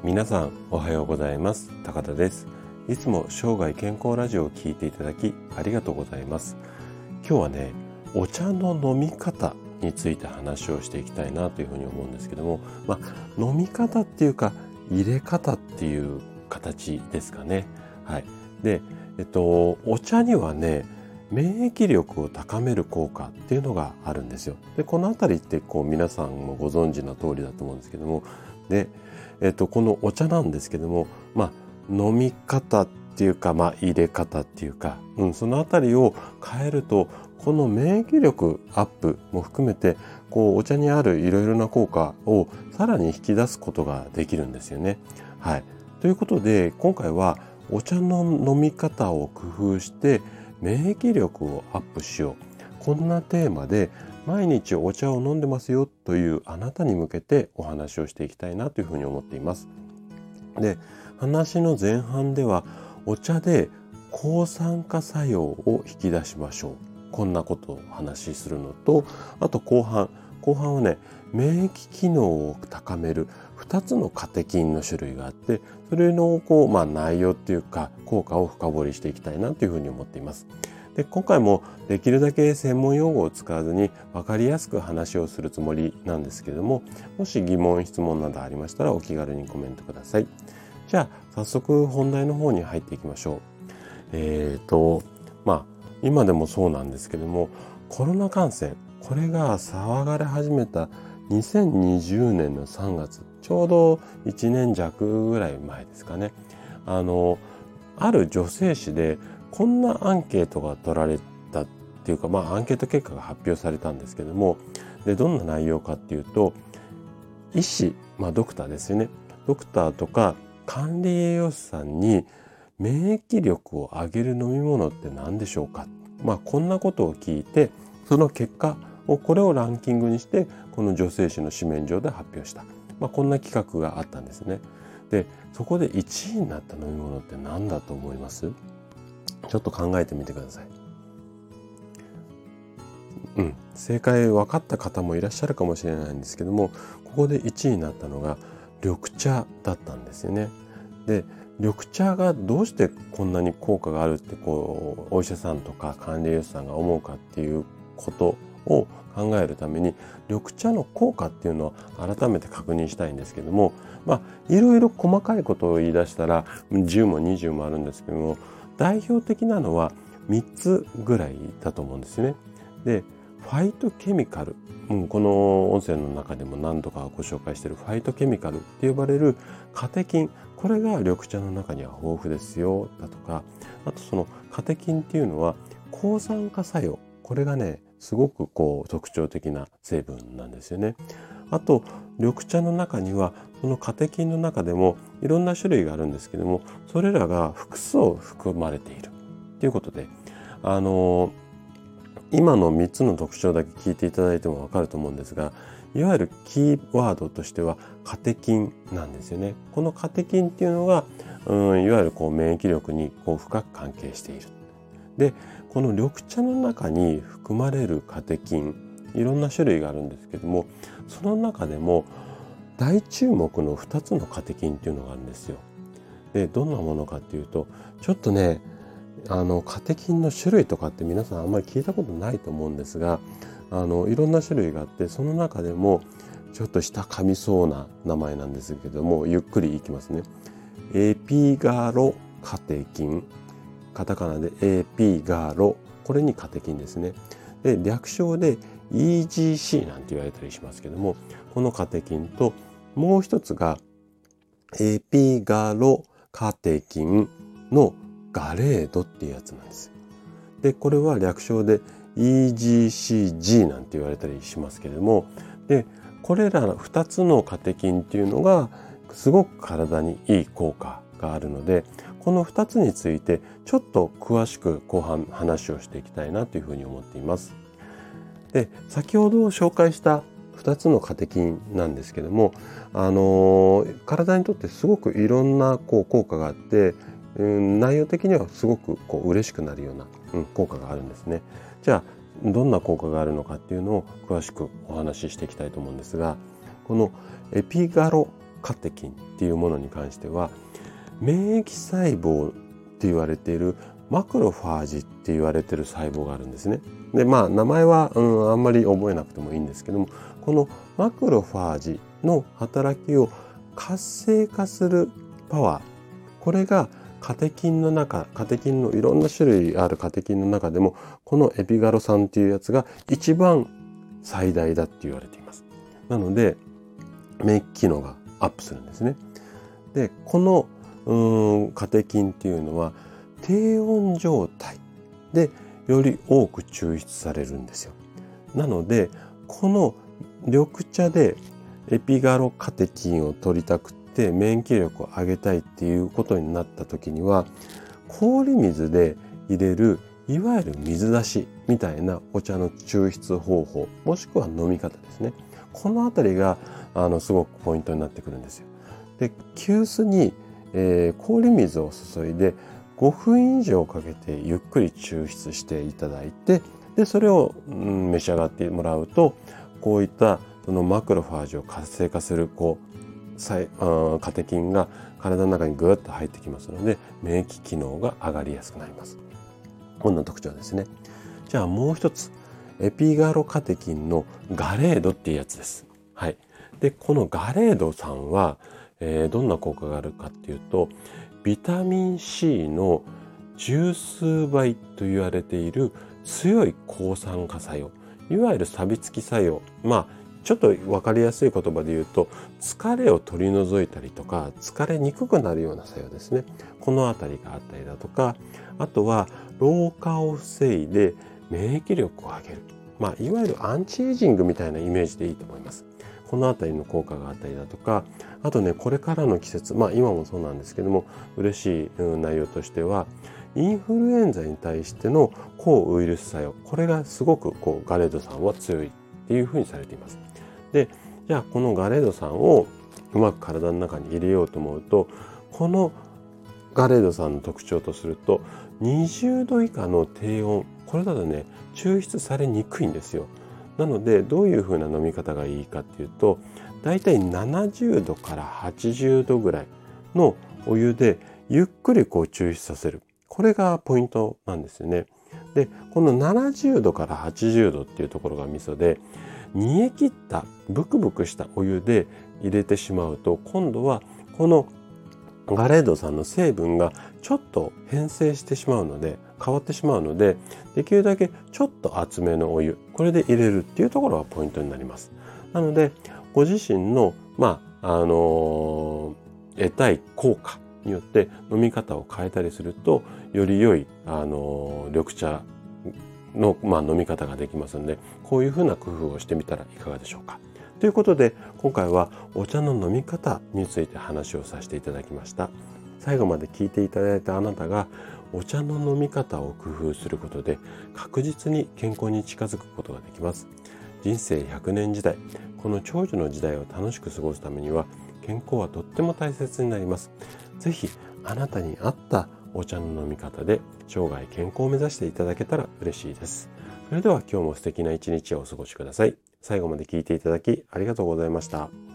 皆さんおはようございます。高田です。いつも生涯健康ラジオを聞いていただきありがとうございます。今日はね、お茶の飲み方について話をしていきたいなというふうに思うんですけども、飲み方っていうか入れ方っていう形ですかね。はい。で、お茶にはね、免疫力を高める効果っていうのがあるんですよ。で、このあたりって皆さんもご存知の通りだと思うんですけども、で、このお茶なんですけども、飲み方っていうか、入れ方っていうか、そのあたりを変えると、この免疫力アップも含めて、お茶にあるいろいろな効果をさらに引き出すことができるんですよね。はい。ということで、今回はお茶の飲み方を工夫して免疫力をアップしよう。こんなテーマで毎日お茶を飲んでますよというあなたに向けてお話をしていきたいなというふうに思っています。で、話の前半ではお茶で抗酸化作用を引き出しましょう。こんなことをお話しするのと、あと後半はね、免疫機能を高める2つのカテキンの種類があって、それの内容っていうか効果を深掘りしていきたいなというふうに思っています。で、今回もできるだけ専門用語を使わずに分かりやすく話をするつもりなんですけれども、もし疑問質問などありましたらお気軽にコメントください。じゃあ早速本題の方に入っていきましょう。今でもそうなんですけども、コロナ感染、これが騒がれ始めた2020年の3月、ちょうど1年弱ぐらい前ですかね。ある女性誌でこんなアンケートが取られたっていうか、アンケート結果が発表されたんですけども、で、どんな内容かっていうと、医師、ドクターですよね。ドクターとか管理栄養士さんに免疫力を上げる飲み物って何でしょうか。こんなことを聞いて、その結果をこれをランキングにしてこの女性誌の紙面上で発表した、こんな企画があったんですね。で、そこで1位になった飲み物って何だと思います？ちょっと考えてみてください。正解分かった方もいらっしゃるかもしれないんですけども、ここで1位になったのが緑茶だったんですよね。で、緑茶がどうしてこんなに効果があるってお医者さんとか管理栄養士さんが思うかっていうことを考えるために、緑茶の効果っていうのを改めて確認したいんですけども、いろいろ細かいことを言い出したら10も20もあるんですけども、代表的なのは3つぐらいだと思うんですよね。で、ファイトケミカル、この音声の中でも何度かご紹介しているファイトケミカルって呼ばれるカテキン、これが緑茶の中には豊富ですよだとか、あとそのカテキンっていうのは抗酸化作用、これがねすごく特徴的な成分なんですよね。あと緑茶の中にはそのカテキンの中でもいろんな種類があるんですけども、それらが複数含まれているということで、今の3つの特徴だけ聞いていただいてもわかると思うんですが、いわゆるキーワードとしてはカテキンなんですよね。このカテキンっていうのが、いわゆる免疫力に深く関係している。で、この緑茶の中に含まれるカテキン、いろんな種類があるんですけども、その中でも大注目の2つのカテキンっていうのがあるんですよ。で、どんなものかっていうと、ちょっとね、カテキンの種類とかって皆さんあんまり聞いたことないと思うんですが、いろんな種類があって、その中でもちょっと舌噛みそうな名前なんですけども、ゆっくりいきますね。エピガロカテキン、カタカナでエピガロ、これにカテキンですね。で、略称で EGC なんて言われたりしますけども、このカテキンともう一つがエピガロカテキンのガレードっていうやつなんです。で、これは略称で EGCG なんて言われたりしますけれども、で、これら2つのカテキンっていうのがすごく体にいい効果があるので、この2つについてちょっと詳しく後半話をしていきたいなというふうに思っています。で、先ほど紹介した2つのカテキンなんですけども、体にとってすごくいろんな効果があって、内容的にはすごく嬉しくなるような、効果があるんですね。じゃあどんな効果があるのかっていうのを詳しくお話ししていきたいと思うんですが、このエピガロカテキンっていうものに関しては、免疫細胞って言われているマクロファージって言われている細胞があるんですね。で、名前は、あんまり覚えなくてもいいんですけども、このマクロファージの働きを活性化するパワー、これがカテキンのいろんな種類あるカテキンの中でも、このエピガロ酸っていうやつが一番最大だって言われています。なので免疫機能がアップするんですね。で、このカテキンっていうのは低温状態でより多く抽出されるんですよ。なのでこの緑茶でエピガロカテキンを取りたくて免疫力を上げたいっていうことになった時には、氷水で入れるいわゆる水出しみたいなお茶の抽出方法、もしくは飲み方ですね。このあたりがすごくポイントになってくるんですよ。で、急須に、氷水を注いで5分以上かけてゆっくり抽出していただいて、でそれを、召し上がってもらうと、こういったそのマクロファージを活性化するカテキンが体の中にぐーっと入ってきますので、免疫機能が上がりやすくなります。こんな特徴ですね。じゃあもう一つ、エピガロカテキンのガレードっていうやつです。はい。で、このガレードさんは、どんな効果があるかっていうと、ビタミン C の十数倍と言われている強い抗酸化作用、いわゆる錆びつき作用、ちょっと分かりやすい言葉で言うと、疲れを取り除いたりとか疲れにくくなるような作用ですね。このあたりがあったりだとか、あとは老化を防いで免疫力を上げる、いわゆるアンチエイジングみたいなイメージでいいと思います。このあたりの効果があったりだとか、あとね、これからの季節、今もそうなんですけども、嬉しい内容としては、インフルエンザに対しての抗ウイルス作用、これがすごくガレード酸は強いっていうふうにされています。で、じゃあこのガレード酸をうまく体の中に入れようと思うと、このガレード酸の特徴とすると、20度以下の低温、これだとね、抽出されにくいんですよ。なのでどういうふうな飲み方がいいかっていうと、だいたい70度から80度ぐらいのお湯でゆっくり抽出させる。これがポイントなんですよね。で、この70度から80度っていうところがミソで、煮え切ったブクブクしたお湯で入れてしまうと、今度はこのガレード酸の成分がちょっと変性してしまうので、変わってしまうので、できるだけちょっと厚めのお湯、これで入れるっていうところがポイントになります。なのでご自身の得たい効果によって飲み方を変えたりすると、より良い緑茶の、飲み方ができますので、こういうふうな工夫をしてみたらいかがでしょうか。ということで、今回はお茶の飲み方について話をさせていただきました。最後まで聞いていただいたあなたが、お茶の飲み方を工夫することで確実に健康に近づくことができます。人生100年時代、この長寿の時代を楽しく過ごすためには、健康はとっても大切になります。ぜひあなたに合ったお茶の飲み方で生涯健康を目指していただけたら嬉しいです。それでは今日も素敵な一日をお過ごしください。最後まで聞いていただきありがとうございました。